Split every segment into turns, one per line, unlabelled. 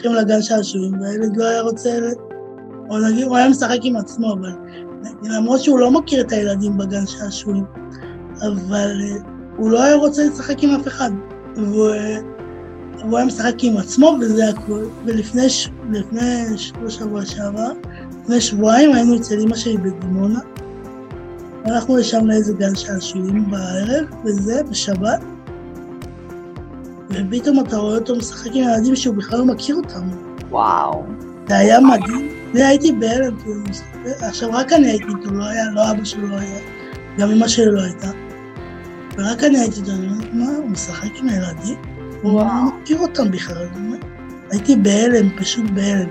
הולכים לגן שעשועים, והילד לא היה רוצה, או נגיד, הוא היה משחק עם עצמו, אבל למרות שהוא לא מכיר את הילדים בגן שעשועים, אבל הוא לא היה רוצה לשחק עם אף אחד, והוא היה משחק עם עצמו וזה הכל. ולפני שבוע שעבר, לפני שבועיים היינו אצל אמא שלי בדימונה, הלכנו לשם לאיזה גן שעשועים בערב, וזה, בשבת, ופתאום אתה רואה אותו משחק עם ילדים שהוא בכלל לא מכיר אותם.
וואו.
זה היה מדהים. אני הייתי בהלם, עכשיו רק אני הייתי איתו, לא אבא שלו לא היה, גם אמא שלי לא הייתה. ורק אני הייתי איתו, אני אומרת, מה, הוא משחק עם הילדים? הוא לא מכיר אותם בכלל. הייתי בהלם, פשוט בהלם.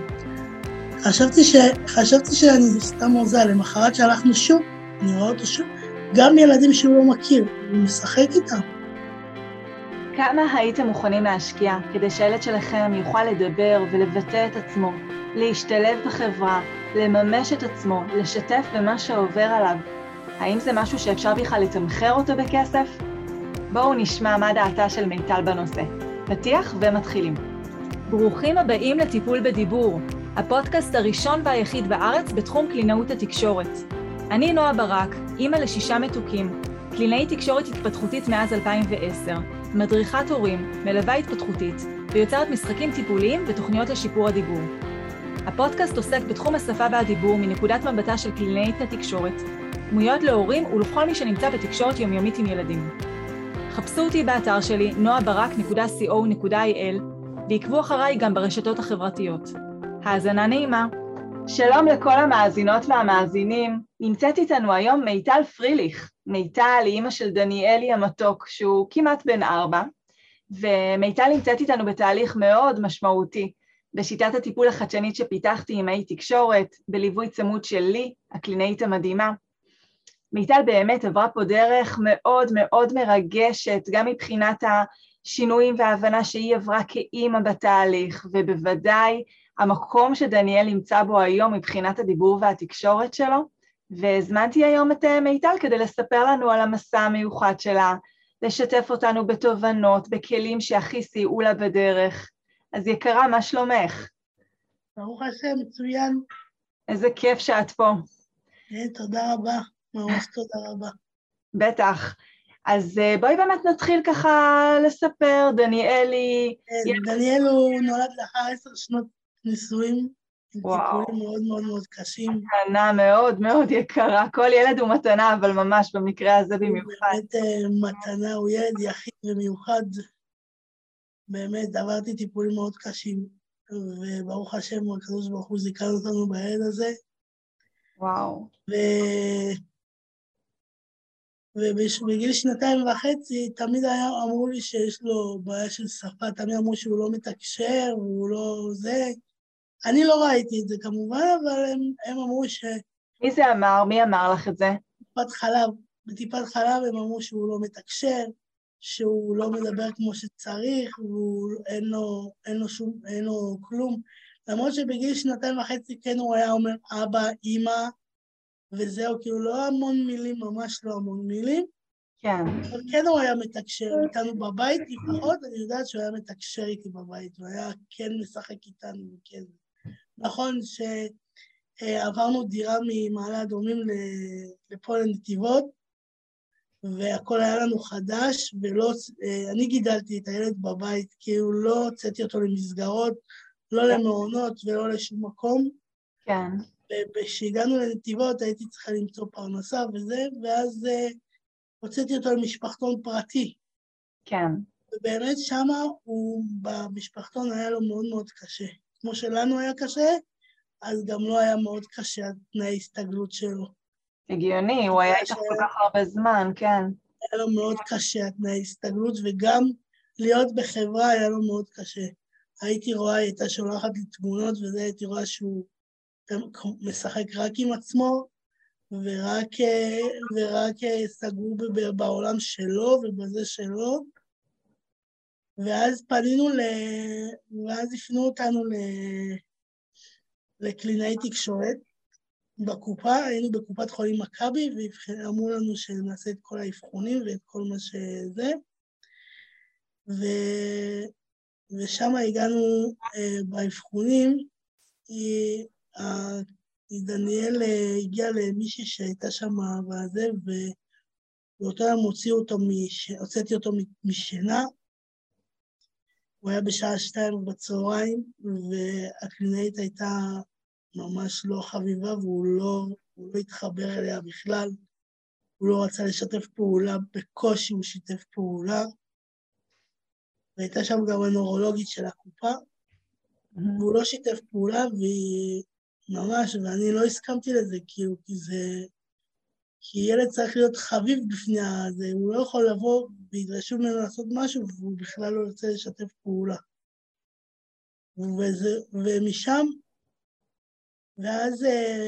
חשבתי שאני סתם מוזל, למחרת שהלכנו שוב, אני רואה אותו שוב, גם ילדים שהוא לא מכיר, הוא משחק איתם.
כמה הייתם מוכנים להשקיע כדי שהילד שלכם יוכל לדבר ולבטא את עצמו, להשתלב בחברה, לממש את עצמו, לשתף במה שעובר עליו? האם זה משהו שאפשר בכלל לתמחר אותו בכסף? בואו נשמע מה דעתה של מיטל בנושא. פתיח ומתחילים. ברוכים הבאים לטיפול בדיבור, הפודקאסט הראשון והיחיד בארץ בתחום קלינאות התקשורת. אני נועה ברק, אימא ל6 מתוקים, קלינאית תקשורת התפתחותית מאז 2010, מדריכת הורים, מלווה התפתחותית, ויוצרת משחקים טיפוליים ותוכניות לשיפור הדיבור. הפודקאסט עוסק בתחום השפה והדיבור מנקודת מבטה של קלינאית התקשורת, דמויות להורים ולכל מי שנמצא בתקשורת יומיומית עם ילדים. חפשו אותי באתר שלי noabarak.co.il ועקבו אחריי גם ברשתות החברתיות. האזנה נעימה. שלום לכל המאזינות והמאזינים. נמצאת איתנו היום מיטל פריליך. מיטל היא אמא של דניאלי המתוק, שהוא כמעט בן 4, ומיטל נמצאת איתנו בתהליך מאוד משמעותי, בשיטת הטיפול החדשנית שפיתחתי עם האי תקשורת, בליווי צמוד שלי, הקלינאית המדהימה. מיטל באמת עברה פה דרך מאוד מאוד מרגשת, גם מבחינת השינויים וההבנה שהיא עברה כאימא בתהליך, ובוודאי המקום שדניאל נמצא בו היום מבחינת הדיבור והתקשורת שלו, והזמנתי היום את מיטל כדי לספר לנו על המסע המיוחד שלה, לשתף אותנו בתובנות, בכלים שהכי סייעו לה בדרך. אז יקרה, מה שלומך?
ברוך השם, מצוין.
איזה כיף שאת פה.
תודה רבה, ממש תודה רבה.
בטח. אז בואי באמת נתחיל ככה לספר, דניאלי.
דניאל הוא נולד לאחר 10 שנות נישואים, עם טיפולים מאוד מאוד מאוד קשים.
מתנה מאוד מאוד יקרה, כל ילד הוא מתנה, אבל ממש במקרה הזה במיוחד.
באמת מתנה, הוא ילד יחיד ומיוחד. באמת, עברתי טיפולים מאוד קשים, וברוך השם, הקדוש ברוך הוא זיכה אותנו בילד הזה.
וואו.
ובגיל 2.5, תמיד אמרו לי שיש לו בעיה של שפה, תמיד אמרו שהוא לא מתקשר, הוא לא זה. אני לא ראיתי את זה כמובן, אבל הם אמרו ש...
מי זה אמר? מי אמר לך את זה?
בטיפת חלב הם אמרו שהוא לא מתקשר, שהוא לא מדבר כמו שצריך, אין לו כלום. למרות שבגיל 2.5 כן הוא היה אומר אבא, אמא, וזהו, כאילו לא המון מילים, ממש לא המון מילים.
כן.
אבל כן הוא היה מתקשר איתנו בבית, לפחות אני יודעת שהוא היה מתקשר איתי בבית, הוא היה כן משחק איתנו, כן. נכון שעברנו דירה ממעלה אדומים לפה לנתיבות, והכל היה לנו חדש, אני גידלתי את הילד בבית, כאילו לא הוצאתי אותו למסגרות, לא למעונות ולא לשום מקום.
כן.
וכשהגענו לנתיבות הייתי צריכה למצוא פרנסה וזה, ואז הוצאתי אותו למשפחתון פרטי. כן. ובאמת שמה במשפחתון היה לו מאוד מאוד קשה. כמו שלנו היה קשה, אז גם לא היה מאוד קשה התנאי הסתגלות שלו.
הגיוני, הוא היה איתך כל כך הרבה זמן, כן.
היה לו מאוד קשה התנאי הסתגלות, וגם להיות בחברה היה לו מאוד קשה. הייתי רואה, הייתה שולחת לי תמונות, וזה הייתי רואה שהוא משחק רק עם עצמו, ורק סגור בעולם שלו ובזה שלו. ואז ואז הפנו אותנו לקלינאי תקשורת בקופה, היינו בקופת חולים מכבי, ואמרו לנו שנעשה את כל האבחונים ואת כל מה שזה. ושם הגענו באבחונים, דניאל הגיע למישהי שהייתה שם בזה, ובאותו יום הוצאתי אותו משנה, הוא היה בשעה 2 בצהריים, והקלינאית הייתה ממש לא חביבה, והוא לא התחבר אליה בכלל, הוא לא רצה לשתף פעולה, בקושי הוא שיתף פעולה, והייתה שם גם הנורולוגית של הקופה, והוא לא שיתף פעולה, וממש, ואני לא הסכמתי לזה, כי ילד צריך להיות חביב בפני הזה, הוא לא יכול לבוא וידרשו ממנו לעשות משהו, והוא בכלל לא רוצה לשתף פעולה. ומשם, ואז,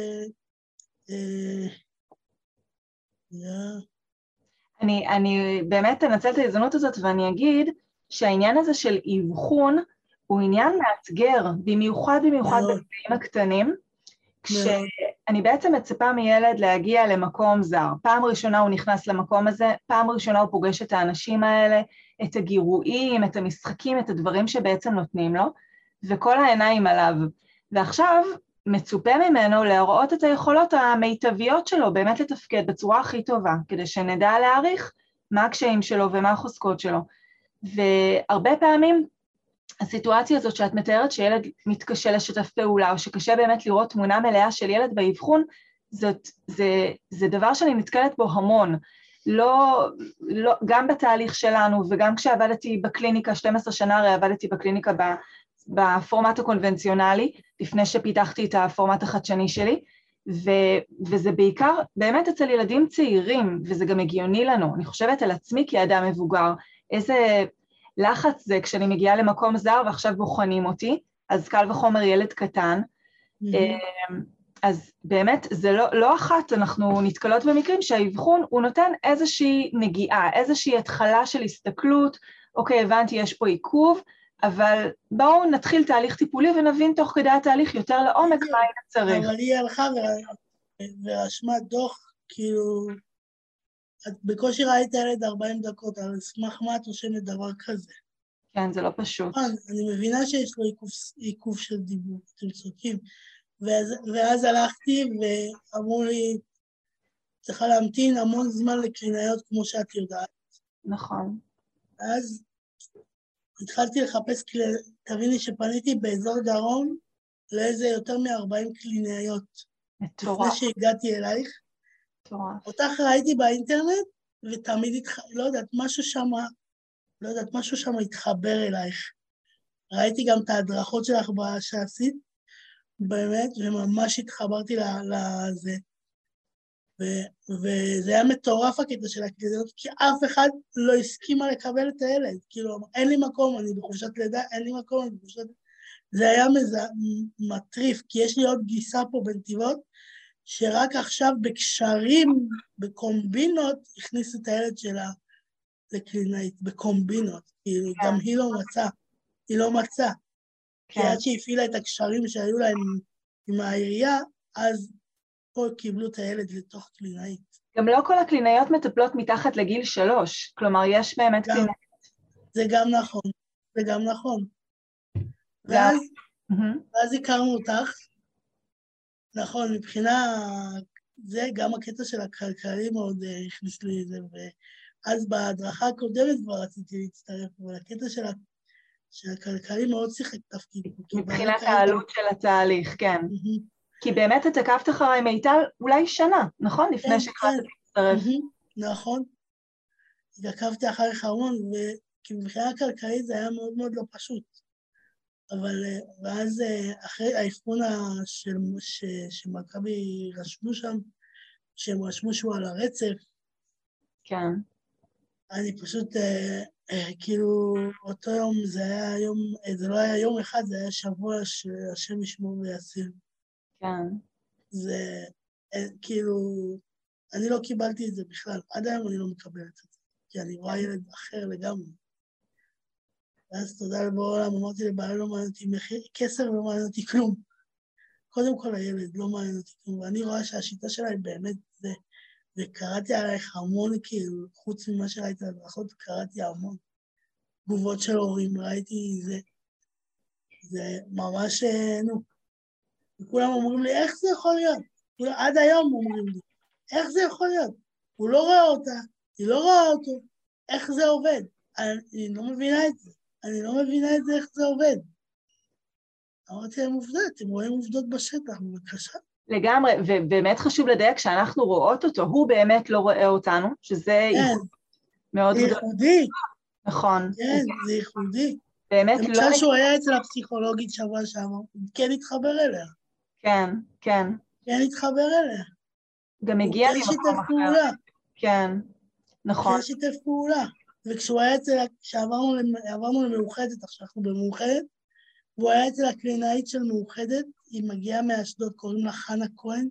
אני באמת אנצל את ההזדמנות הזאת ואני אגיד שהעניין הזה של אבחון הוא עניין מאתגר, במיוחד בגילאים הקטנים, כשאני בעצם מצפה מילד להגיע למקום זר. פעם ראשונה הוא נכנס למקום הזה, פעם ראשונה הוא פוגש את האנשים האלה, את הגירויים, את המשחקים, את הדברים שבעצם נותנים לו, וכל העיניים עליו. ועכשיו מצופה ממנו להראות את היכולות המיטביות שלו, באמת לתפקד בצורה הכי טובה, כדי שנדע להעריך מה הקשיים שלו ומה החוזקות שלו. והרבה פעמים הסיטואציה הזאת שאת מתארת שילד מתקשה לשתף פעולה, או שקשה באמת לראות תמונה מלאה של ילד באבחון, זה דבר שאני נתקלת בו המון. גם בתהליך שלנו וגם כשעבדתי בקליניקה, 12 שנה הרי עבדתי בקליניקה בפורמט הקונבנציונלי, לפני שפיתחתי את הפורמט החדשני שלי, וזה בעיקר באמת אצל ילדים צעירים, וזה גם הגיוני לנו. אני חושבת על עצמי כאדם מבוגר, איזה לחץ זה כשאני מגיעה למקום זר ועכשיו בוחנים אותי, אז קל וחומר ילד קטן, אז באמת זה לא אחת, אנחנו נתקלות במקרים שהאבחון הוא נותן איזושהי נגיעה, איזושהי התחלה של הסתכלות, אוקיי, הבנתי, יש פה עיכוב, אבל בואו נתחיל תהליך טיפולי ונבין תוך כדי התהליך יותר לעומק מה היא צריך.
אבל היא הלכה ורשמה דוח, כאילו, את בקושי ראית ילד 40 דקות, על סמך מה את רושמת דבר כזה?
כן, זה לא פשוט.
אני מבינה שיש לו עיכוב של דיבור, אתם צודקים. ואז הלכתי ואמרו לי, צריכה להמתין המון זמן לקלינאיות כמו שאת יודעת.
נכון.
אז התחלתי לחפש, תביני שפניתי באזור דרום לאיזה יותר מ-40 קלינאיות.
מטורף.
לפני שהגעתי אלייך.
מטורף.
אותך ראיתי באינטרנט, ותמיד, לא יודעת, משהו שם התחבר אלייך. ראיתי גם את ההדרכות שלך שעשית, באמת, וממש התחברתי לזה. וזה היה מטורף הקטע של הקלינאיות, כי אף אחד לא הסכימה לקבל את הילד. כאילו, אין לי מקום, אני בחופשת לידה, אין לי מקום, אני בחופשת... זה היה מטריף, כי יש לי עוד גיסה פה בנתיבות, שרק עכשיו בקשרים, בקומבינות, הכניסו את הילד שלה לקלינאית, בקומבינות. כאילו, גם היא לא מצאה. כי עד שהפעילה את הקשרים שהיו להם עם העירייה, אז פה קיבלו את הילד לתוך קלינאית.
גם לא כל הקלינאיות מטפלות מתחת לגיל 3, כלומר יש באמת קלינאית.
זה גם נכון. ואז הכרנו אותך, נכון, מבחינה, זה גם הקטע של הכלכלי מאוד הכניס לי את זה, ואז בהדרכה הקודמת כבר רציתי להצטרף, אבל הקטע של הכלכלי מאוד שיחק תפקיד.
מבחינת העלות של התהליך, כן. כי באמת את עקבת אחריי מיטל אולי שנה, נכון? לפני שהחלטתי להצטרף.
נכון. עקבתי אחריך המון, כי מבחינה כלכלית זה היה מאוד מאוד לא פשוט. אבל, ואז אחרי האבחון שמכבי רשמו שם, שהם רשמו שהוא על הרצף,
כן.
אני פשוט, כאילו, אותו יום, זה לא היה יום אחד, זה היה שבוע שהשם ישמור ויציל.
כן.
זה, כאילו, אני לא קיבלתי את זה בכלל, עד היום אני לא מקבלת את זה, כי אני רואה ילד אחר לגמרי. ואז תודה לבורא עולם, אמרתי לבעלי, לא מעניין אותי מחיר, כסף לא מעניין אותי כלום. קודם כל הילד לא מעניין אותי כלום, ואני רואה שהשיטה שלה היא באמת זה, וקראתי עלייך המון, כאילו, חוץ ממה שראיתי על הדרכות, קראתי המון. תגובות של הורים, ראיתי זה, זה ממש, וכולם אומרים לי, איך זה יכול להיות? עד היום אומרים לי, איך זה יכול להיות? הוא לא רואה אותה, היא לא רואה אותו, איך זה עובד? אני לא מבינה את זה, אני לא מבינה את זה, איך זה עובד. אמרתי להם עובדות, אתם רואים עובדות בשטח, בבקשה.
לגמרי, ובאמת חשוב לדייק שאנחנו רואות אותו, הוא באמת לא רואה אותנו, שזה מאוד גדול.
זה ייחודי.
נכון.
כן, זה ייחודי.
באמת לא...
למשל שהוא היה אצל הפסיכולוגית שבוע שעבר, כן התחבר אליה.
כן, כן.
כן התחבר אליה.
גם הגיע
לי מקום אחר. הוא כן שיתף פעולה.
כן, נכון.
כן שיתף פעולה. וכשהוא היה עברנו למאוחדת, עכשיו אנחנו במאוחדת, והוא היה אצל הקלינאית של מאוחדת, היא מגיעה מאשדוד, קוראים לה חנה כהן,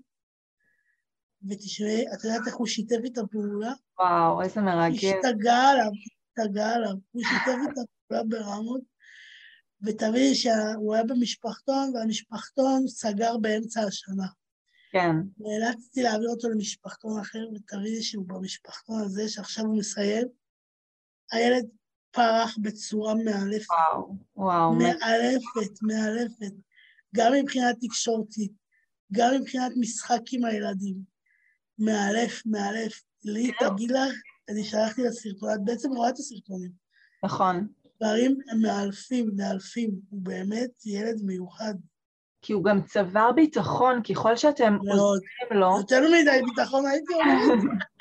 ותשמעי, את יודעת איך הוא שיתף איתה פעולה?
וואו, איזה מרגש.
השתגע עליו, הוא שיתף איתה פעולה ברמות, ותביאי שהוא היה במשפחתון, והמשפחתון סגר באמצע השנה.
כן.
נאלצתי להעביר אותו למשפחתון אחר, ותביאי שהוא במשפחתון הזה, שעכשיו הוא מסיים, הילד פרח בצורה מאלפת.
וואו.
מאלפת. גם מבחינת תקשורתית, גם מבחינת משחק עם הילדים. מאלף. לי, תגיד לך, אני שלחתי לסרטון, את בעצם רואה את הסרטונים.
נכון.
דברים הם מאלפים. הוא באמת ילד מיוחד.
כי הוא גם צבר ביטחון, ככל שאתם עוזרים לו...
יותר מדי ביטחון, הייתי אומרת.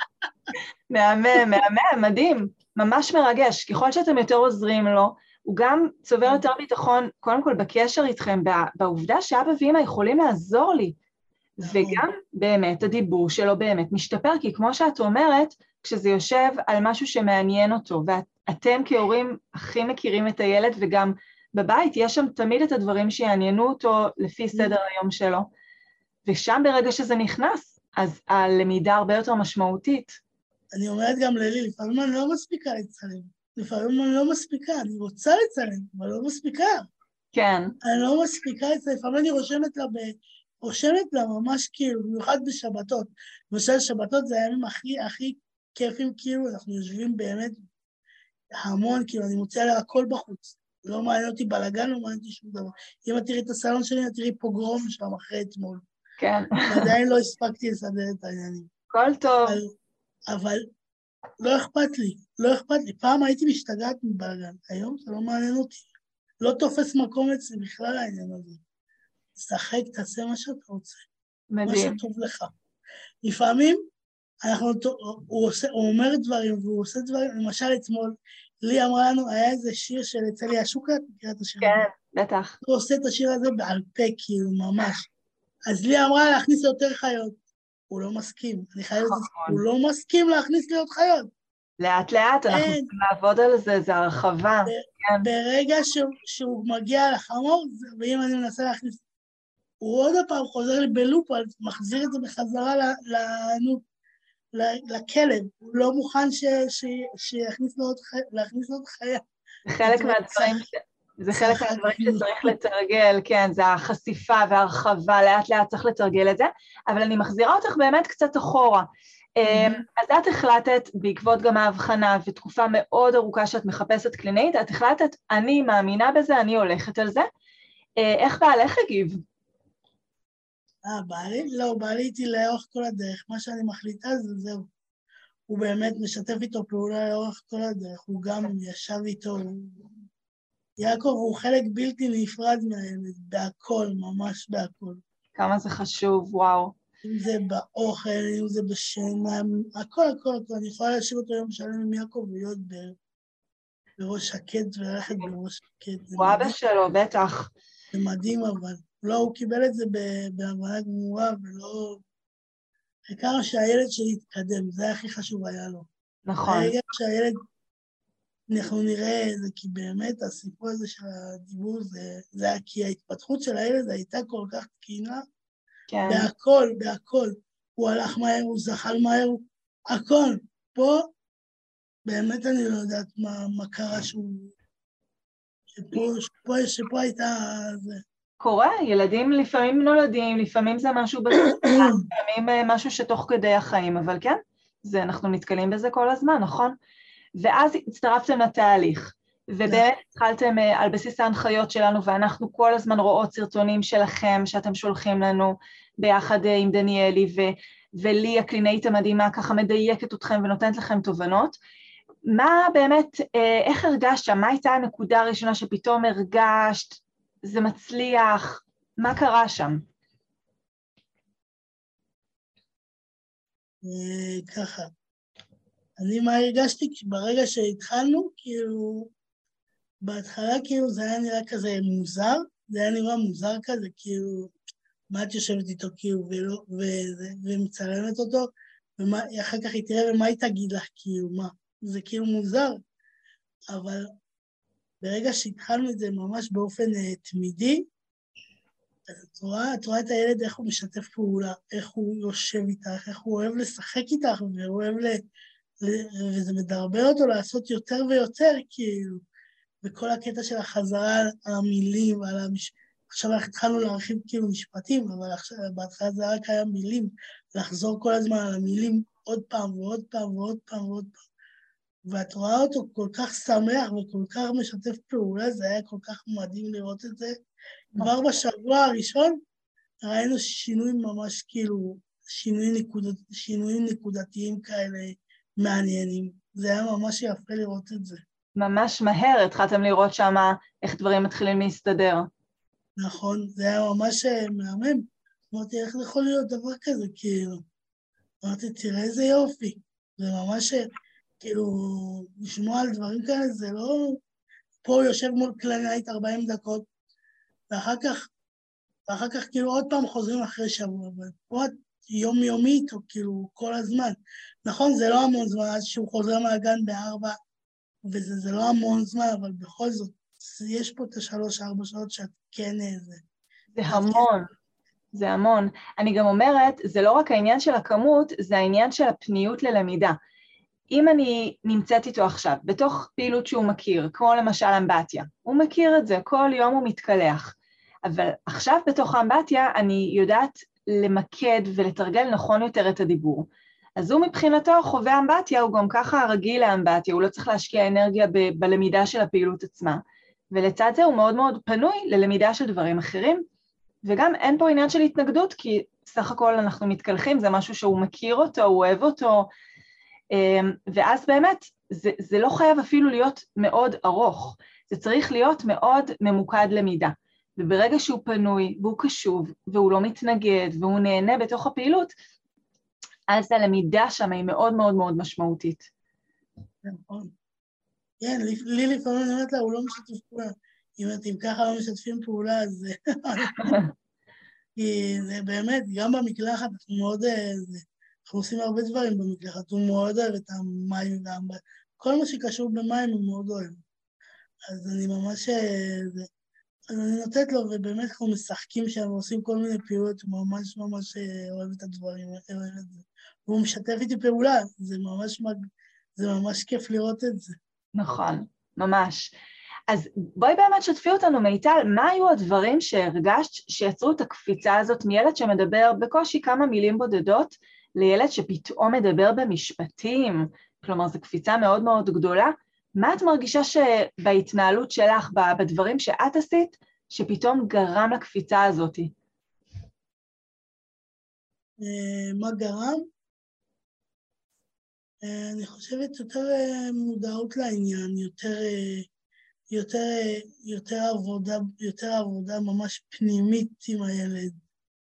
מהמם, מדהים, ממש מרגש. ככל שאתם יותר עוזרים לו, הוא גם צובר יותר ביטחון, קודם כל בקשר איתכם, בעובדה שאבא ואמא יכולים לעזור לי. וגם באמת הדיבור שלו באמת משתפר, כי כמו שאת אומרת, כשזה יושב על משהו שמעניין אותו, ואתם כהורים הכי מכירים את הילד, וגם בבית יש שם תמיד את הדברים שיעניינו אותו לפי סדר היום שלו, ושם ברגע שזה נכנס, אז הלמידה הרבה יותר משמעותית.
אני אומרת גם ללי, לפעמים אני לא מספיקה לצלם, אני רוצה לצלם, אבל לא מספיקה.
כן.
אני לא מספיקה לצלם, לפעמים אני רושמת לה ממש כאילו, במיוחד בשבתות. למשל, שבתות זה הימים הכי כיפים, כאילו, אנחנו יושבים באמת המון, כאילו, אני מוצא לה הכל בחוץ. לא מעניין אותי בלגן, לא מעניין אותי שום דבר. אם את תראי את הסלון שלי, את תראי פוגרום שם אחרי אתמול.
כן.
ועדיין לא הספקתי לסדר את העניינים.
כל טוב.
אבל לא אכפת לי. פעם הייתי משתגעת מבלגן, היום זה לא מעניין אותי. לא תופס מקום אצלי בכלל העניין הזה. תשחק, תעשה מה שאתה רוצה. מדהים. מה שטוב לך. לפעמים, הוא אומר דברים, והוא עושה דברים, למשל אתמול, לי אמרה לנו, היה איזה שיר של אצלי השוקה, תקרא את השיר הזה.
כן, בטח.
הוא עושה את השיר הזה בעל פה, כאילו, ממש. אז לי אמרה להכניס יותר חיות. הוא לא מסכים. הוא לא מסכים להכניס לי עוד חיות.
לאט לאט, אנחנו צריכים לעבוד על זה, זה הרחבה.
ברגע שהוא מגיע לחמור, ואם אני מנסה להכניס, הוא עוד הפעם חוזר לי בלופ, מחזיר את זה בחזרה לכלב. הוא לא מוכן שיכניס לו עוד חיה.
זה חלק מהדברים שצריך לתרגל, כן, זה החשיפה וההרחבה, לאט לאט צריך לתרגל את זה, אבל אני מחזירה אותך באמת קצת אחורה. אז את החלטת, בעקבות גם ההבחנה ותקופה מאוד ארוכה שאת מחפשת קלינאית, את החלטת, אני מאמינה בזה, אני הולכת על זה. איך בעלך הגיב?
בעלי איתי לאורך כל הדרך, מה שאני מחליטה זה זהו. הוא באמת משתף איתו פעולה לאורך כל הדרך, הוא גם ישב איתו, יעקב הוא חלק בלתי נפרד מהילד, בהכל, ממש בהכל.
כמה זה חשוב, וואו.
אם זה באוכל, אם זה בשינה, הכל. אני יכולה להשאיר אותו יום שלם עם יעקב ולהיות בראש שקט וללכת בראש שקט.
הוא אבא שלו, בטח.
זה מדהים אבל. לא, הוא קיבל את זה בהבנה גמורה ולא... העיקר שהילד שלי יתקדם, זה הכי חשוב היה לו.
נכון.
הרגע שהילד... אנחנו נראה את זה, כי באמת הסיפור הזה של הדיבור, זה כי ההתפתחות של הילד הייתה כל כך תקינה,
כן.
בהכל. הוא הלך מהר, הוא זחל מהר, הכל. פה, באמת אני לא יודעת מה קרה שפה הייתה זה.
קורה, ילדים לפעמים נולדים, לפעמים זה משהו לפעמים משהו שתוך כדי החיים, אבל כן, אנחנו נתקלים בזה כל הזמן, נכון? ואז הצטרפתם לתהליך. ובאמת התחלתם על בסיס ההנחיות שלנו, ואנחנו כל הזמן רואות סרטונים שלכם שאתם שולחים לנו ביחד עם דניאלי, ולי הקלינאית המדהימה ככה מדייקת אתכם ונותנת לכם תובנות. מה באמת, איך הרגשת שם? מה הייתה הנקודה הראשונה שפתאום הרגשת, זה מצליח, מה קרה שם?
ככה, אני מה הרגשתי ברגע שהתחלנו, כאילו, בהתחלה כאילו זה היה נראה כזה מוזר, זה היה נראה מוזר כזה, כאילו, מה את יושבת איתו כאילו, ומצלמת אותו, ואחר כך היא תראה ומה היא תגיד לך, כאילו, מה? זה כאילו מוזר, אבל ברגע שהתחלנו את זה ממש באופן תמידי, אז את רואה את הילד איך הוא משתף פעולה, איך הוא יושב איתך, איך הוא אוהב לשחק איתך, והוא אוהב וזה מדרבר אותו לעשות יותר ויותר, כאילו, וכל הקטע של החזרה על המילים, עכשיו אנחנו התחלנו להרחיב כאילו משפטים, אבל בהתחלה זה רק היה מילים, לחזור כל הזמן על המילים עוד פעם ועוד פעם ועוד פעם ועוד פעם. ואת רואה אותו כל כך שמח וכל כך משתף פעולה, זה היה כל כך מדהים לראות את זה. כבר בשבוע הראשון ראינו שינויים ממש כאילו, שינויים נקודתיים כאלה מעניינים. זה היה ממש יפה לראות את זה.
ממש מהר התחלתם לראות שם איך דברים מתחילים להסתדר.
נכון, זה היה ממש מהמם. אמרתי, איך זה יכול להיות דבר כזה, כאילו? אמרתי, תראה איזה יופי. זה ממש, כאילו, לשמוע על דברים כאלה, זה לא... פה הוא יושב מול קלינאית 40 דקות, ואחר כך כאילו עוד פעם חוזרים אחרי שבוע, ופה יומיומית, או כאילו כל הזמן. נכון, זה לא המון זמן, אז שהוא חוזר מהגן ב4, וזה לא המון זמן, אבל בכל זאת, יש פה את 3-4 שעות שאת כן איזה.
זה המון, זה המון. אני גם אומרת, זה לא רק העניין של הכמות, זה העניין של הפניות ללמידה. אם אני נמצאת איתו עכשיו, בתוך פעילות שהוא מכיר, כמו למשל אמבטיה, הוא מכיר את זה, כל יום הוא מתקלח. אבל עכשיו בתוך האמבטיה אני יודעת למקד ולתרגל נכון יותר את הדיבור. אז הוא מבחינתו חווה אמבטיה, הוא גם ככה רגיל לאמבטיה, הוא לא צריך להשקיע אנרגיה בלמידה של הפעילות עצמה. ולצד זה הוא מאוד מאוד פנוי ללמידה של דברים אחרים, וגם אין פה עניין של התנגדות, כי סך הכל אנחנו מתקלחים, זה משהו שהוא מכיר אותו, הוא אוהב אותו, ואז באמת זה לא חייב אפילו להיות מאוד ארוך, זה צריך להיות מאוד ממוקד למידה. וברגע שהוא פנוי והוא קשוב והוא לא מתנגד והוא נהנה בתוך הפעילות, אז הלמידה שם היא מאוד מאוד מאוד משמעותית.
נכון. כן, לי לפעמים אני אומרת לה, הוא לא משתף פעולה. אם ככה לא משתפים פעולה, אז... כי זה באמת, גם במקלחת, אנחנו עושים הרבה דברים במקלחת, הוא מאוד אוהב את המים, כל מה שקשור במים הוא מאוד אוהב. אז אני ממש... אז אני נותנת לו, ובאמת אנחנו משחקים שם, ועושים כל מיני פעולות, הוא ממש ממש אוהב את הדברים, אוהב את זה. והוא משתף איתי פעולה, זה ממש כיף לראות את זה.
נכון, ממש. אז בואי באמת שתפי אותנו, מיטל, מה היו הדברים שהרגשת שיצרו את הקפיצה הזאת מילד שמדבר בקושי כמה מילים בודדות, לילד שפתאום מדבר במשפטים? כלומר, זו קפיצה מאוד מאוד גדולה. מה את מרגישה שבהתנהלות שלך, בדברים שאת עשית, שפתאום גרם לקפיצה הזאת?
מה גרם? אני חושבת יותר מודעות לעניין, יותר עבודה ממש פנימית עם הילד.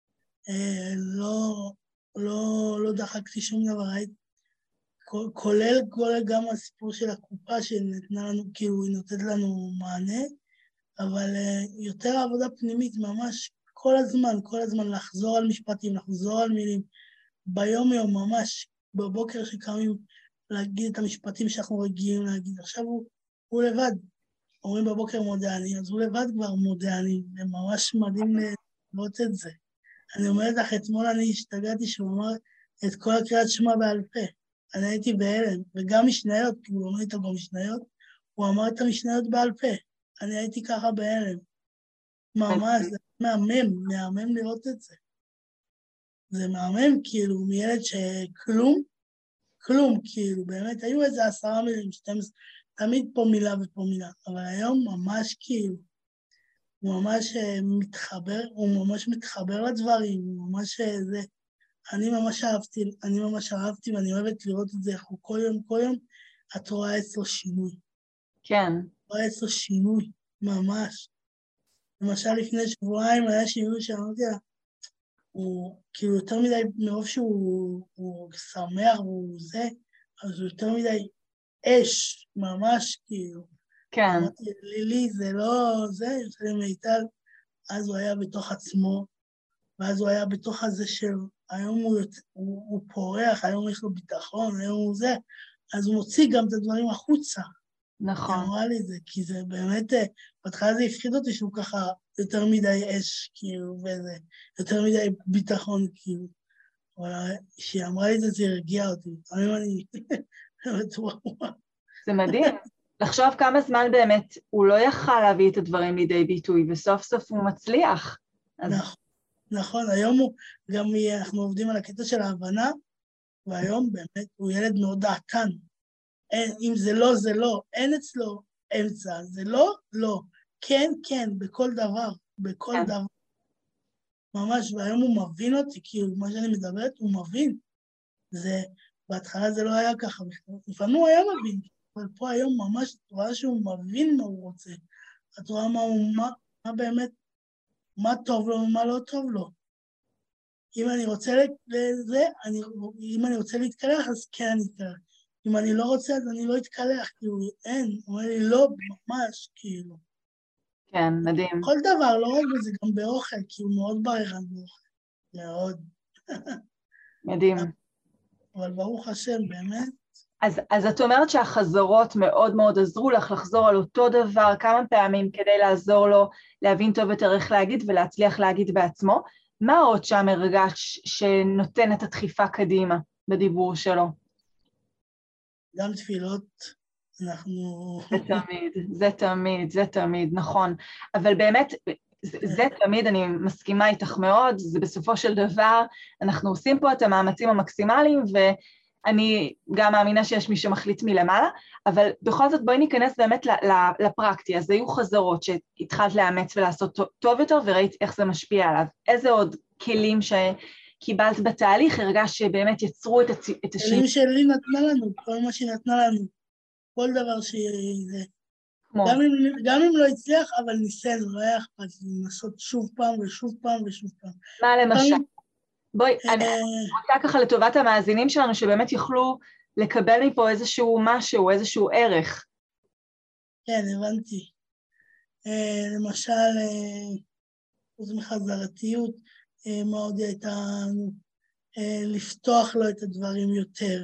לא דחקתי שום דבר, כולל גם הסיפור של הקופה שנתנה לנו, כאילו היא נותנת לנו מענה, אבל יותר עבודה פנימית ממש כל הזמן לחזור על משפטים, לחזור על מילים, ביום יום ממש, בבוקר שקמים להגיד את המשפטים שאנחנו רגילים להגיד. עכשיו הוא לבד, אומרים בבוקר מודה אני, אז הוא לבד כבר מודה אני, זה ממש מדהים לראות את זה. אני אומרת לך, אתמול אני השתגעתי שהוא אמר את כל הקריאת שמע בעל פה. אני הייתי בהלם, וגם משניות, כי הוא אומר איתו במשניות, הוא אמר את המשניות בעל פה. אני הייתי ככה בהלם. ממש, זה מהמם לראות את זה. זה מהמם, כאילו, מילד שכלום, כאילו, באמת, היו איזה 10 מילים, 12, תמיד פה מילה ופה מילה, אבל היום ממש כאילו, הוא ממש מתחבר לדברים, הוא ממש זה, אני ממש אהבתי, ואני אוהבת לראות את זה, איך הוא כל יום, את רואה אצלו שינוי.
כן.
רואה אצלו שינוי, ממש. למשל לפני שבועיים היה שינוי שאמרתי לה, הוא כאילו יותר מדי, מרוב שהוא שמח והוא זה, אז הוא יותר מדי אש, ממש כאילו.
כן.
אמרתי, לילי, זה לא זה, יש לי מיטל, אז הוא היה בתוך עצמו, ואז הוא היה בתוך הזה שלו, היום הוא פורח, היום יש לו ביטחון, היום הוא זה, אז הוא מוציא גם את הדברים החוצה.
נכון.
היא אמרה לי את זה, כי זה באמת, בהתחלה זה הפחיד אותי שהוא ככה יותר מדי אש, כאילו, וזה, יותר מדי ביטחון, כאילו. אבל כשהיא אמרה לי את זה, זה הרגיע אותי. היום אני בטוח.
זה מדהים. לחשוב כמה זמן באמת הוא לא יכל להביא את הדברים לידי ביטוי, וסוף סוף הוא מצליח.
נכון, היום גם אנחנו עובדים על הקטע של ההבנה, והיום באמת הוא ילד מאוד דעתן. אם זה לא, זה לא, אין אצלו אמצע, זה לא, לא, כן, כן, בכל דבר, בכל דבר. ממש, והיום הוא מבין אותי, כאילו, מה שאני מדברת, הוא מבין. זה, בהתחלה זה לא היה ככה בכלל. לפעמים הוא היה מבין, אבל פה היום ממש, את רואה שהוא מבין מה הוא רוצה. את רואה מה באמת, מה טוב לו ומה לא טוב לו. אם אני רוצה לזה, אם אני רוצה להתקלח, אז כן אני אתקלח. אם אני לא רוצה, אז אני לא אתקלח, כאילו, אין. הוא אומר לי, לא, ממש, כאילו.
כן, מדהים.
כל דבר, לא רק בזה, גם באוכל, כי הוא מאוד בררן באוכל. מאוד.
מדהים.
אבל ברוך השם, באמת.
אז את אומרת שהחזרות מאוד מאוד עזרו לך לחזור על אותו דבר כמה פעמים כדי לעזור לו להבין טוב יותר איך להגיד ולהצליח להגיד בעצמו. מה עוד שם הרגש שנותן את הדחיפה קדימה בדיבור שלו?
גם תפילות, אנחנו...
זה תמיד, נכון. אבל באמת, זה תמיד, אני מסכימה איתך מאוד, זה בסופו של דבר, אנחנו עושים פה את המאמצים המקסימליים, ואני גם מאמינה שיש מי שמחליט מלמעלה, אבל בכל זאת בואי ניכנס באמת לפרקטי, אז היו חזרות שהתחלת לאמץ ולעשות טוב יותר, וראית איך זה משפיע עליו. איזה עוד כלים שקיבלת בתהליך, הרגש שבאמת יצרו את השינוי?
כלים שלי נתנה לנו, כל מה שהיא נתנה לנו, כל דבר שזה. גם אם לא הצליח, אבל ניסינו, לא היה אכפת לנסות שוב פעם ושוב פעם ושוב פעם.
מה למשל? בואי, אני רוצה ככה לטובת המאזינים שלנו, שבאמת יוכלו לקבל מפה איזשהו משהו, איזשהו ערך.
כן, הבנתי. למשל, חוץ מחזרתיות, מה עוד הייתה לפתוח לו את הדברים יותר.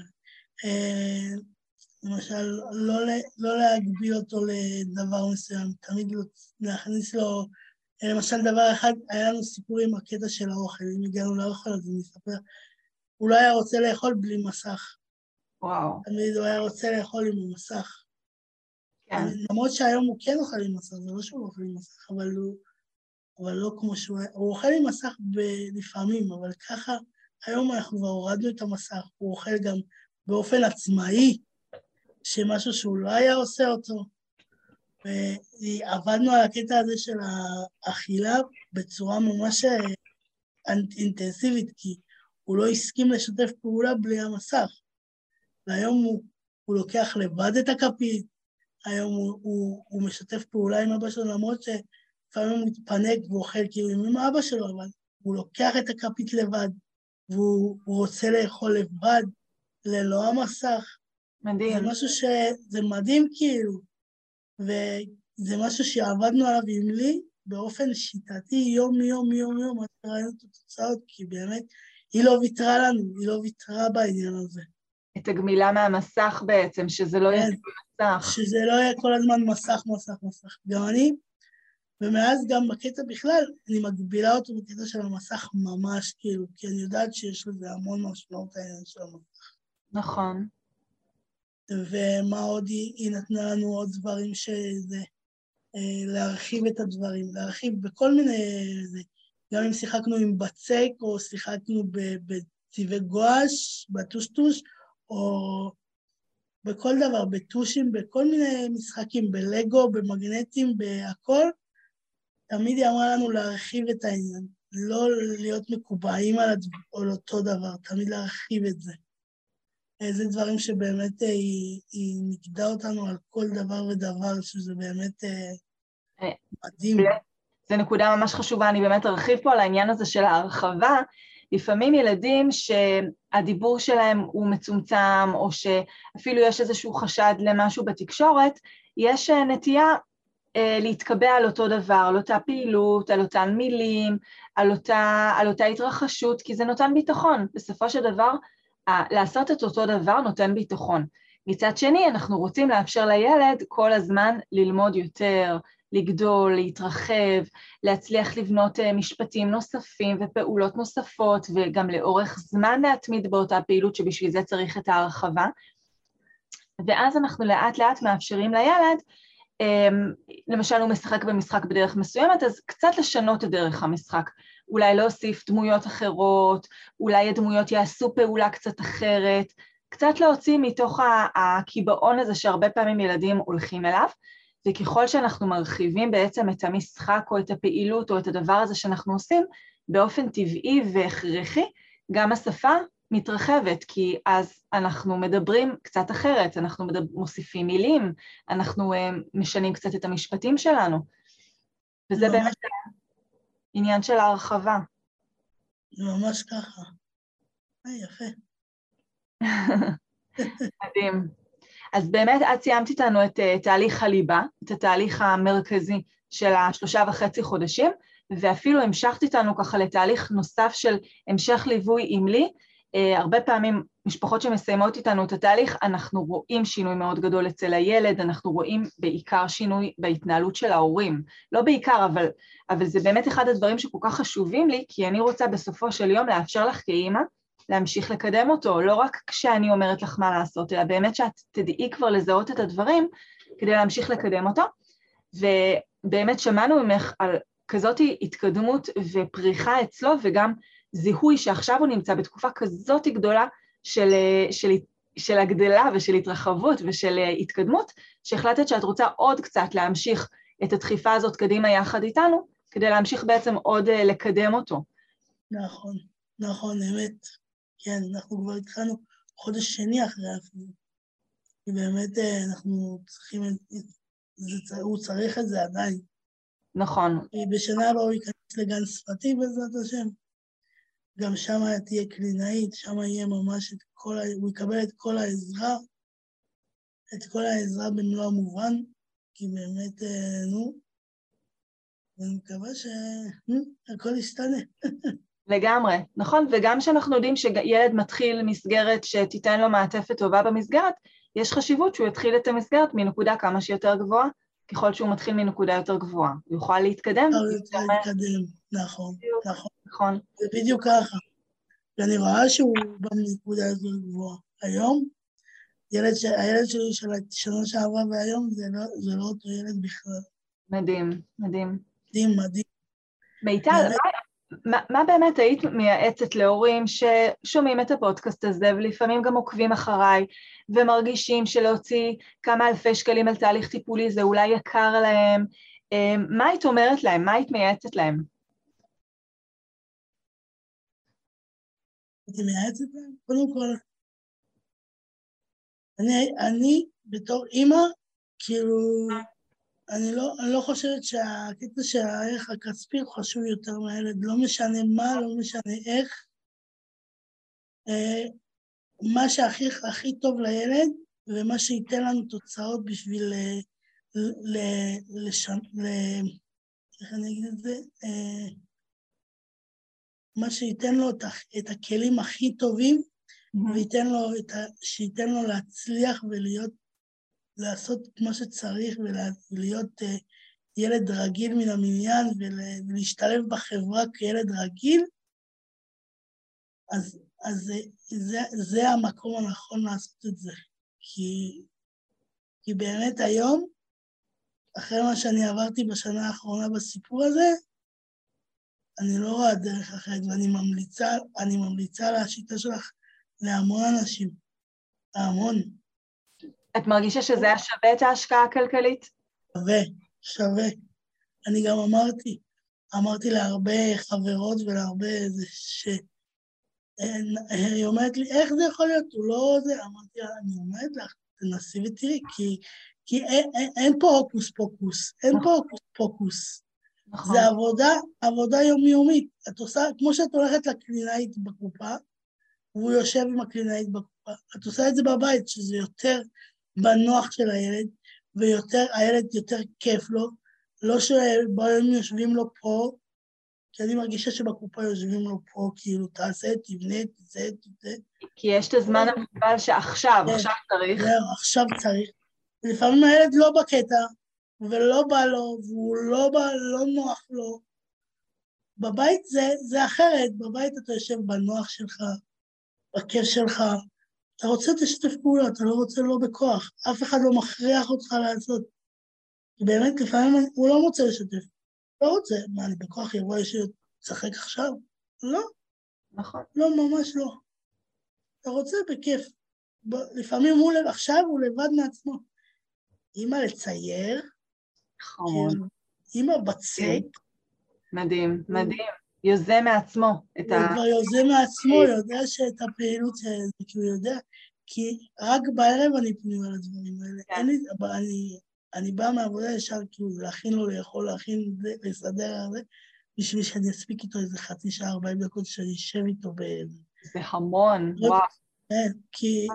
למשל, לא להגביל אותו לדבר מסוים, תמיד להכניס לו, למשל דבר אחד, היה לנו סיפור עם הקטע של האוכל, אם הגענו לאוכל אז אני אספר, הוא לא היה רוצה לאכול בלי מסך.
וואו.
תמיד הוא היה רוצה לאכול עם המסך.
כן.
למרות שהיום הוא כן אוכל עם מסך, זה לא שהוא אוכל עם מסך, אבל לא כמו שהוא, הוא אוכל עם מסך לפעמים, אבל ככה, היום אנחנו כבר הורדנו את המסך, הוא אוכל גם באופן עצמאי, שמשהו שהוא לא היה עושה אותו, ועבדנו על הקטע הזה של האכילה בצורה ממש אינטנסיבית, כי הוא לא הסכים לשתף פעולה בלי המסך, והיום הוא לוקח לבד את הכפית, היום הוא משתף פעולה עם אבא שלו, למרות שלפעמים הוא מתפנק והוא אוכל כאילו עם אבא שלו, אבל הוא לוקח את הכפית לבד, והוא רוצה לאכול לבד, ללא המסך.
מדהים.
זה משהו שזה מדהים כאילו, וזה משהו שעבדנו עליו עם לי באופן שיטתי, יום, עד שראינו את התוצאות, כי באמת היא לא ויתרה לנו, היא לא ויתרה בעניין הזה.
את הגמילה מהמסך בעצם, שזה לא יהיה מסך.
שזה לא יהיה כל הזמן מסך. גם אני, ומאז גם בקטע בכלל, אני מגבילה אותו בקטע של המסך ממש כאילו, כי אני יודעת שיש לזה המון משמעות העניין של המסך.
נכון.
ומה עוד היא נתנה לנו עוד דברים שזה, להרחיב את הדברים, להרחיב בכל מיני, גם אם שיחקנו עם בצק, או שיחקנו בצבעי גואש, בטושטוש, או בכל דבר, בטושים, בכל מיני משחקים, בלגו, במגנטים, בהכל, תמיד היא אמרה לנו להרחיב את העניין, לא להיות מקובעים על אותו דבר, תמיד להרחיב את זה. זה דברים שבאמת היא נקדה אותנו על כל דבר ודבר, שזה באמת מדהים.
זו נקודה ממש חשובה, אני באמת ארחיב פה על העניין הזה של ההרחבה. לפעמים ילדים שהדיבור שלהם הוא מצומצם, או שאפילו יש איזשהו חשד למשהו בתקשורת, יש נטייה להתקבע על אותו דבר, על אותה פעילות, על אותן מילים, על אותה התרחשות, כי זה נותן ביטחון. בסופו של דבר, לעשות את אותו דבר נותן ביטחון. מצד שני, אנחנו רוצים לאפשר לילד כל הזמן ללמוד יותר, לגדול, להתרחב, להצליח לבנות משפטים נוספים ופעולות נוספות, וגם לאורך זמן להתמיד באותה פעילות שבשביל זה צריך את ההרחבה. ואז אנחנו לאט לאט מאפשרים לילד, למשל הוא משחק במשחק בדרך מסוימת, אז קצת לשנות את דרך המשחק, אולי להוסיף דמויות אחרות, אולי הדמויות יעשו פעולה קצת אחרת, קצת להוציא מתוך הקיבעון הזה שהרבה פעמים ילדים הולכים אליו, וככל שאנחנו מרחיבים בעצם את המשחק או את הפעילות או את הדבר הזה שאנחנו עושים, באופן טבעי והכרחי, גם השפה מתרחבת, כי אז אנחנו מדברים קצת אחרת, אנחנו מוסיפים מילים, אנחנו משנים קצת את המשפטים שלנו, וזה באמת עניין של ההרחבה.
זה ממש ככה. יפה.
מדהים. אז באמת את סיימת איתנו את תהליך הליבה, את התהליך המרכזי של 3.5 חודשים, ואפילו המשכת איתנו ככה לתהליך נוסף של המשך ליווי עם לי. הרבה פעמים משפחות שמסיימות איתנו את התהליך, אנחנו רואים שינוי מאוד גדול אצל הילד, אנחנו רואים בעיקר שינוי בהתנהלות של ההורים. לא בעיקר, אבל זה באמת אחד הדברים שכל כך חשובים לי, כי אני רוצה בסופו של יום לאפשר לך כאימא, להמשיך לקדם אותו, לא רק כשאני אומרת לך מה לעשות, אלא באמת שאת תדעי כבר לזהות את הדברים, כדי להמשיך לקדם אותו. ובאמת שמענו ממך על כזאת התקדמות ופריחה אצלו, וגם זיהוי שעכשיו הוא נמצא בתקופה כזאת גדולה של הגדלה ושל התרחבות ושל התקדמות, שהחלטת שאת רוצה עוד קצת להמשיך את הדחיפה הזאת קדימה יחד איתנו, כדי להמשיך בעצם עוד לקדם אותו.
נכון, נכון, אמת. כן, אנחנו כבר התחלנו חודש שני אחרי אפילו. כי באמת אנחנו צריכים, הוא צריך את זה עדיין.
נכון.
בשנה הבאה הוא ייכנס לגן שפתי בעזרת השם. גם שם תהיה קלינאית, שם יהיה ממש את כל, הוא יקבל את כל העזרה, במלוא המובן, כי באמת, ואני מקווה שהכל ישתנה.
לגמרי, נכון, וגם שאנחנו יודעים שילד מתחיל מסגרת שתיתן לו מעטפת טובה במסגרת, יש חשיבות שהוא יתחיל את המסגרת מנקודה כמה שיותר גבוהה, ככל שהוא מתחיל מנקודה יותר גבוהה, הוא יוכל להתקדם.
נכון. זה בדיוק ככה. ואני רואה שהוא בנקודה יותר גבוהה. היום, הילד שלי של השנה שעברה והיום, זה לא אותו ילד בכלל.
מדהים.
מדהים.
מיטל, מה באמת היית מייעצת להורים ששומעים את הפודקאסט הזה, ולפעמים גם עוקבים אחריי, ומרגישים שלהוציא כמה אלפי שקלים על תהליך טיפולי, זה אולי יקר להם, מה היית אומרת להם? מה היית מייעצת להם?
הייתי מייעצת להם? קודם כל, אני בתור אימא, כאילו, אני לא חושבת שהקטע שהערך הכספי חשוב יותר מהילד, לא משנה מה, לא משנה איך. מה שהכי טוב לילד, ומה שייתן לנו תוצאות בשביל איך אני אגיד את זה? מה שייתן לו את הכלים הכי טובים, שייתן לו להצליח לעשות מה שצריך, ולהיות ילד רגיל מן המניין, ולהשתלב בחברה כילד רגיל, אז זה המקום הנכון לעשות את זה. כי באמת היום, אחרי מה שאני עברתי בשנה האחרונה בסיפור הזה, אני לא רואה דרך אחרת, ואני ממליצה על השיטה שלך להמון אנשים. המון.
את מרגישה שזה היה שווה את ההשקעה הכלכלית?
שווה. אני גם אמרתי להרבה חברות ולהרבה זה היא אומרת לי, איך זה יכול להיות? הוא לא זה. אמרתי לה, אני אומרת לך, תנסי ותראי, כי אין פה הוקוס פוקוס, אין פה הוקוס פוקוס. זה עבודה יומיומית. את עושה, כמו שאת הולכת לקלינאית בקופה, והוא יושב עם הקלינאית בקופה, את עושה את זה בבית, שזה יותר בנוח של הילד, והילד יותר כיף לו, לא שבהם יושבים לו פה, כי אני מרגישה שבקופה יושבים לו פה, כאילו, תעשה, תבנה, תזה.
כי יש את הזמן המוגבל שעכשיו צריך.
זהו, עכשיו צריך. ולפעמים הילד לא בקטע, ולא בא לו, והוא לא נוח לו. בבית זה אחרת, בבית אתה יושב בנוח שלך, בכיף שלך, אתה רוצה תשתף פעולה, אתה לא רוצה לא בכוח, אף אחד לא מכריח אותך לעשות. כי באמת לפעמים הוא לא רוצה לשתף, לא רוצה, מה, אני בכוח יבוא שצחק עכשיו? לא.
נכון.
לא, ממש לא. אתה רוצה בכיף. לפעמים עכשיו הוא לבד מעצמו. אמא לצייר,
נכון.
אמא בצק.
מדהים, מדהים. יוזם מעצמו.
הוא כבר יוזם מעצמו, יודע שאת הפעילות זה, כי הוא יודע, כי רק בערב אני פנים על הדברים האלה. אני באה מהעבודה ישר, כאילו, להכין לו, לאכול, לסדר על זה, בשביל שאני אספיק איתו איזה חצי שעה, 40 דקות, שאני אשב איתו באיזה.
זה המון, וואו.
כן, כי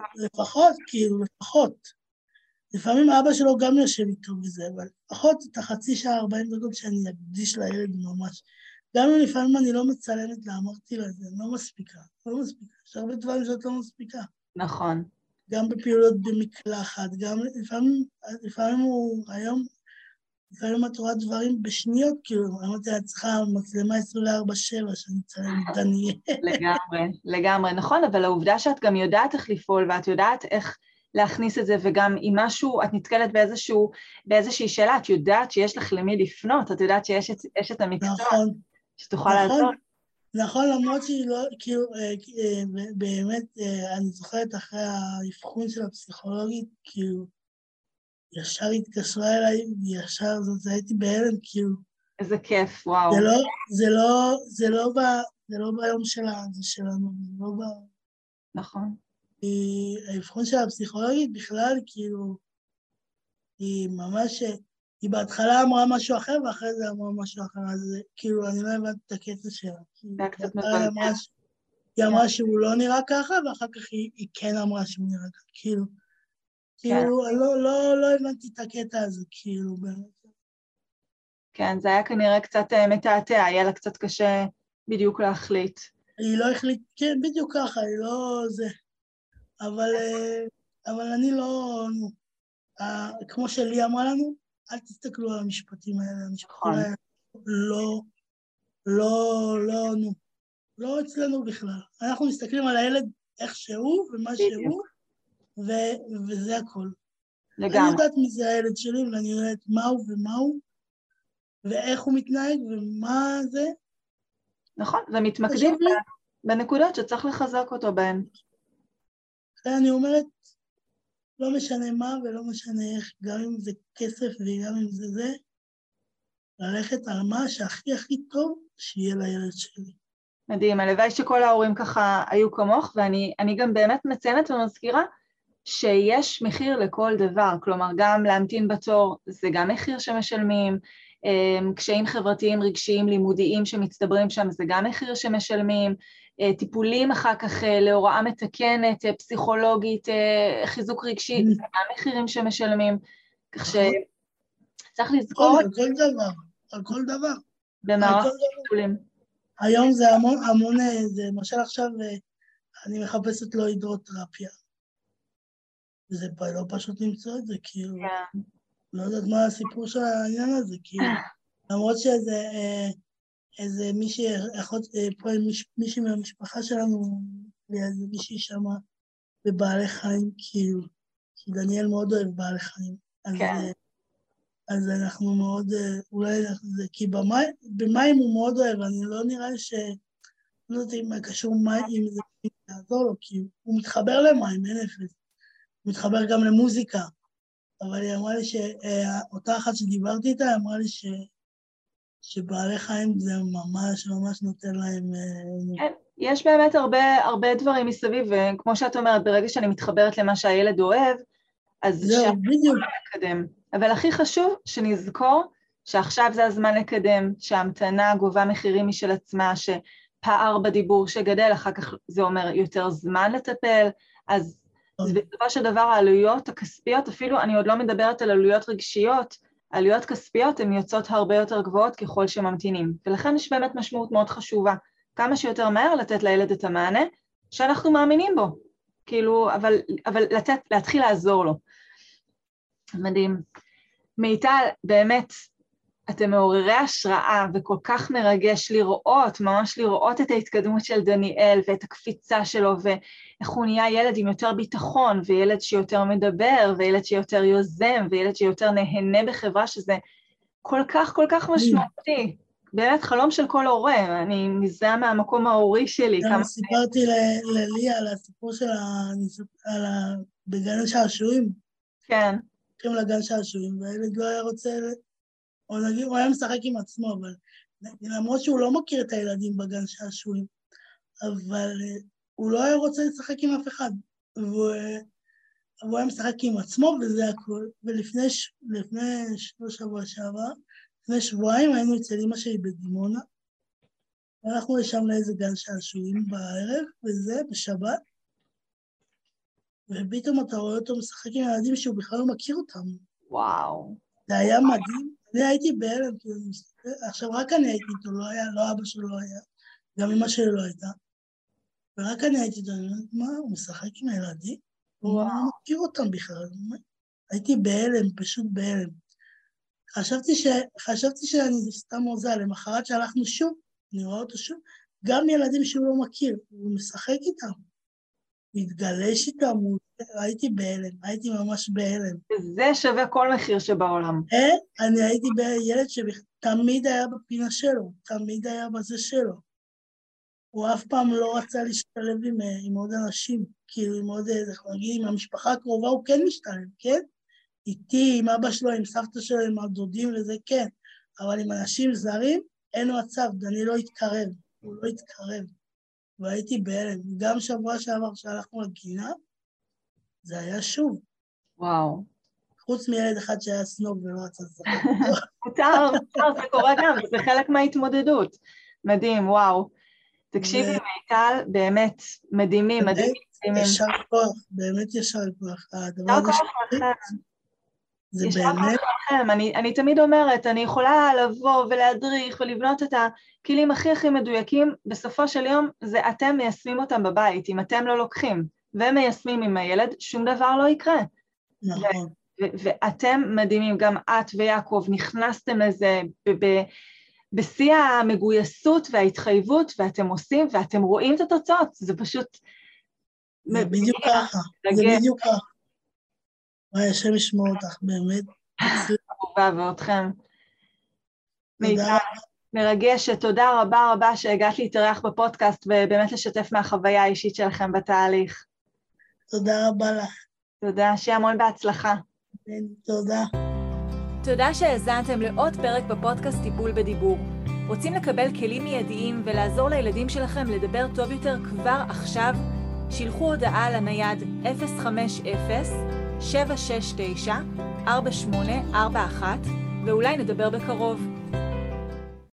לפחות. לפעמים אבא שלו גם יושב איתו בזה, אבל לפחות את החצי שעה, 40 דקות שאני אקדיש לילד ממש. גם אם לפעמים אני לא מצלמת לה, אמרתי לה, זה לא מספיקה. יש הרבה דברים שאת לא מספיקה.
נכון.
גם בפעולות במקלחת, גם לפעמים הוא היום, לפעמים את רואה דברים בשניות, כאילו, אמרתי לה, צריכה מצלמה 24/7, שאני אצלם את דניאל.
לגמרי, נכון, אבל העובדה שאת גם יודעת איך לפעול, ואת יודעת איך להכניס את זה, וגם אם משהו, את נתקלת באיזושהי שאלה, את יודעת שיש לך למי לפנות, את יודעת שיש את המקצוע,
נכון,
שתוכל לעזור.
נכון, למרות שהיא לא, כאילו, באמת, אני זוכרת אחרי האבחון של הפסיכולוגית, כאילו, ישר התקשרה אליי, וישר זאת, הייתי בהלם, כאילו.
איזה כיף, וואו.
זה לא ביום שלה, זה שלנו, זה לא ב...
נכון.
האבחון של הפסיכולוגית בכלל, כאילו, היא ממש, היא בהתחלה אמרה משהו אחר, ואחרי זה אמרה משהו אחר, אז כאילו, אני לא הבנתי את הקטע שלה.
זה קצת מבלבל.
היא אמרה שהוא לא נראה ככה, ואחר כך היא כן אמרה שהוא נראה ככה, כאילו, לא הבנתי את הקטע הזה, כאילו, באמת.
כן, זה היה כנראה קצת מתעתע, היה לה קצת קשה בדיוק להחליט.
היא לא החליט, כן, בדיוק ככה, היא לא זה. אבל אני לא, כמו שלי אמרה לנו, אל תסתכלו על המשפטים האלה, המשפטים האלה לא אצלנו בכלל. אנחנו מסתכלים על הילד איך שהוא ומה שהוא, וזה הכל. לגמרי. אני יודעת מי זה הילד שלי, ואני יודעת מהו ומהו, ואיך הוא מתנהג ומה זה.
נכון, ומתמקדים בנקודות שצריך לחזק אותו בהן.
אני אומרת, לא משנה מה ולא משנה איך, גם אם זה כסף וגם אם זה, ללכת על מה שהכי הכי טוב שיהיה לילד שלי.
מדהים, הלוואי שכל ההורים ככה היו כמוך, ואני גם באמת מציינת ומזכירה שיש מחיר לכל דבר, כלומר גם להמתין בתור זה גם מחיר שמשלמים, קשיים חברתיים, רגשיים, לימודיים שמצטברים שם זה גם מחיר שמשלמים, טיפולים אחר כך להוראה מתקנת, פסיכולוגית, חיזוק רגשי, זה גם מחירים שמשלמים, כך שצריך לזכור...
על כל דבר, על כל דבר.
במערך טיפולים.
היום זה המון, זה למשל עכשיו אני מחפשת לו הידרותרפיה. וזה לא פשוט למצוא את זה, כאילו, לא יודעת מה הסיפור של העניין הזה, כאילו, למרות איזה מישהי מהמשפחה שלנו, ואיזה מישהי שמה בבעלי חיים, כאילו, כי דניאל מאוד אוהב בעלי חיים, אז אנחנו מאוד, אולי זה, כי במים הוא מאוד אוהב, אני לא נראה לא יודעת אם קשור מים, אם זה יעזור לו, כי הוא מתחבר למים, אין אפס. מתחבר גם למוזיקה, אבל היא אמרה לי אותה אחת שדיברתי איתה, היא אמרה לי שבעלי חיים זה ממש ממש נותן להם...
כן, יש באמת הרבה דברים מסביב, וכמו שאת אומרת, ברגע שאני מתחברת למה שהילד אוהב, אז
זהו, בדיוק.
לקדם. אבל הכי חשוב שנזכור שעכשיו זה הזמן לקדם, שההמתנה גובה מחירים משל עצמה, שפער בדיבור שגדל, אחר כך זה אומר יותר זמן לטפל, אז בסופו של דבר העלויות הכספיות, אפילו אני עוד לא מדברת על עלויות רגשיות, עלויות כספיות הן יוצאות הרבה יותר גבוהות ככל שממתינים, ולכן יש באמת משמעות מאוד חשובה, כמה שיותר מהר לתת לילד את המענה, שאנחנו מאמינים בו, כאילו, אבל להתחיל לעזור לו. מדהים. מיטל, באמת, אתם מעוררי השראה וכל כך מרגש לראות, ממש לראות את ההתקדמות של דניאל ואת הקפיצה שלו ואיך הוא נהיה ילד עם יותר ביטחון וילד שיותר מדבר וילד שיותר יוזם וילד שיותר נהנה בחברה שזה כל כך משמעותי. באמת חלום של כל הורה, אני מזהה מהמקום ההורי שלי.
סיפרתי לליה על הסיפור של בגן שעשועים.
כן.
הולכים לגן שעשועים והילד לא היה רוצה... או נגיד, הוא היה משחק עם עצמו, אבל למרות שהוא לא מכיר את הילדים בגן שעשועים, אבל הוא לא היה רוצה לשחק עם אף אחד, והוא היה משחק עם עצמו וזה הכל, ולפני שבוע שעבר, לפני שבועיים היינו אצל אמא שלי בדימונה, והלכנו לשם לאיזה גן שעשועים בערב, וזה בשבת, ופתאום אתה רואה אותו משחק עם ילדים שהוא בכלל לא מכיר אותם.
וואו.
זה היה מדהים. אני הייתי בהלם, עכשיו רק אני הייתי איתו, לא אבא שלו לא היה, גם אמא שלי לא הייתה, ורק אני הייתי איתו, אני אומרת, מה, הוא משחק עם הילדים? הוא לא מכיר אותם בכלל, הייתי בהלם, פשוט בהלם. חשבתי שאני סתם עוזה, למחרת שהלכנו שוב, אני רואה אותו שוב, גם ילדים שהוא לא מכיר, הוא משחק איתם, מתגלש איתם, הייתי בהלם, הייתי ממש בהלם.
זה שווה כל מחיר שבעולם.
אני הייתי בילד שתמיד היה בפינה שלו, תמיד היה בזה שלו. הוא אף פעם לא רצה להשתלב עם עוד אנשים, כאילו עם עוד, נגיד, עם המשפחה הקרובה הוא כן משתלב, כן? איתי, עם אבא שלו, עם סבתא שלו, עם הדודים וזה כן, אבל עם אנשים זרים אין מצב, אני לא התקרב, הוא לא התקרב. והייתי בהלם, גם שבוע שעבר שהלכנו לגינה, זה היה שוב.
וואו.
חוץ מילד אחד שהיה סנוב ולא רצה לשחק.
מותר, זה קורה גם, זה חלק מההתמודדות. מדהים, וואו. תקשיבי, מיטל, באמת מדהימים, מדהימים.
ישר כוח, באמת ישר כוח. הדבר הזה זה באמת...
אני תמיד אומרת, אני יכולה לבוא ולהדריך ולבנות את הכלים הכי מדויקים, בסופו של יום זה אתם מיישמים אותם בבית, אם אתם לא לוקחים, ומיישמים עם הילד, שום דבר לא יקרה.
נכון.
ואתם מדהימים, גם את ויעקב, נכנסתם לזה בשיא המגויסות וההתחייבות, ואתם עושים, ואתם רואים את התוצאות, זה פשוט...
זה בדיוק ככה, זה בדיוק ככה. וואי, השם ישמור אותך, באמת.
אהובה ואותכם. מיטל, מרגשת, תודה רבה שהגעת להתארח בפודקאסט, ובאמת לשתף מהחוויה האישית שלכם בתהליך.
תודה רבה לך.
תודה, שיהיה המון בהצלחה.
תודה.
תודה שהאזנתם לעוד פרק בפודקאסט טיפול בדיבור. רוצים לקבל כלים מיידיים ולעזור לילדים שלכם לדבר טוב יותר כבר עכשיו? שילחו הודעה לנייד 050-769-4841 ואולי נדבר בקרוב.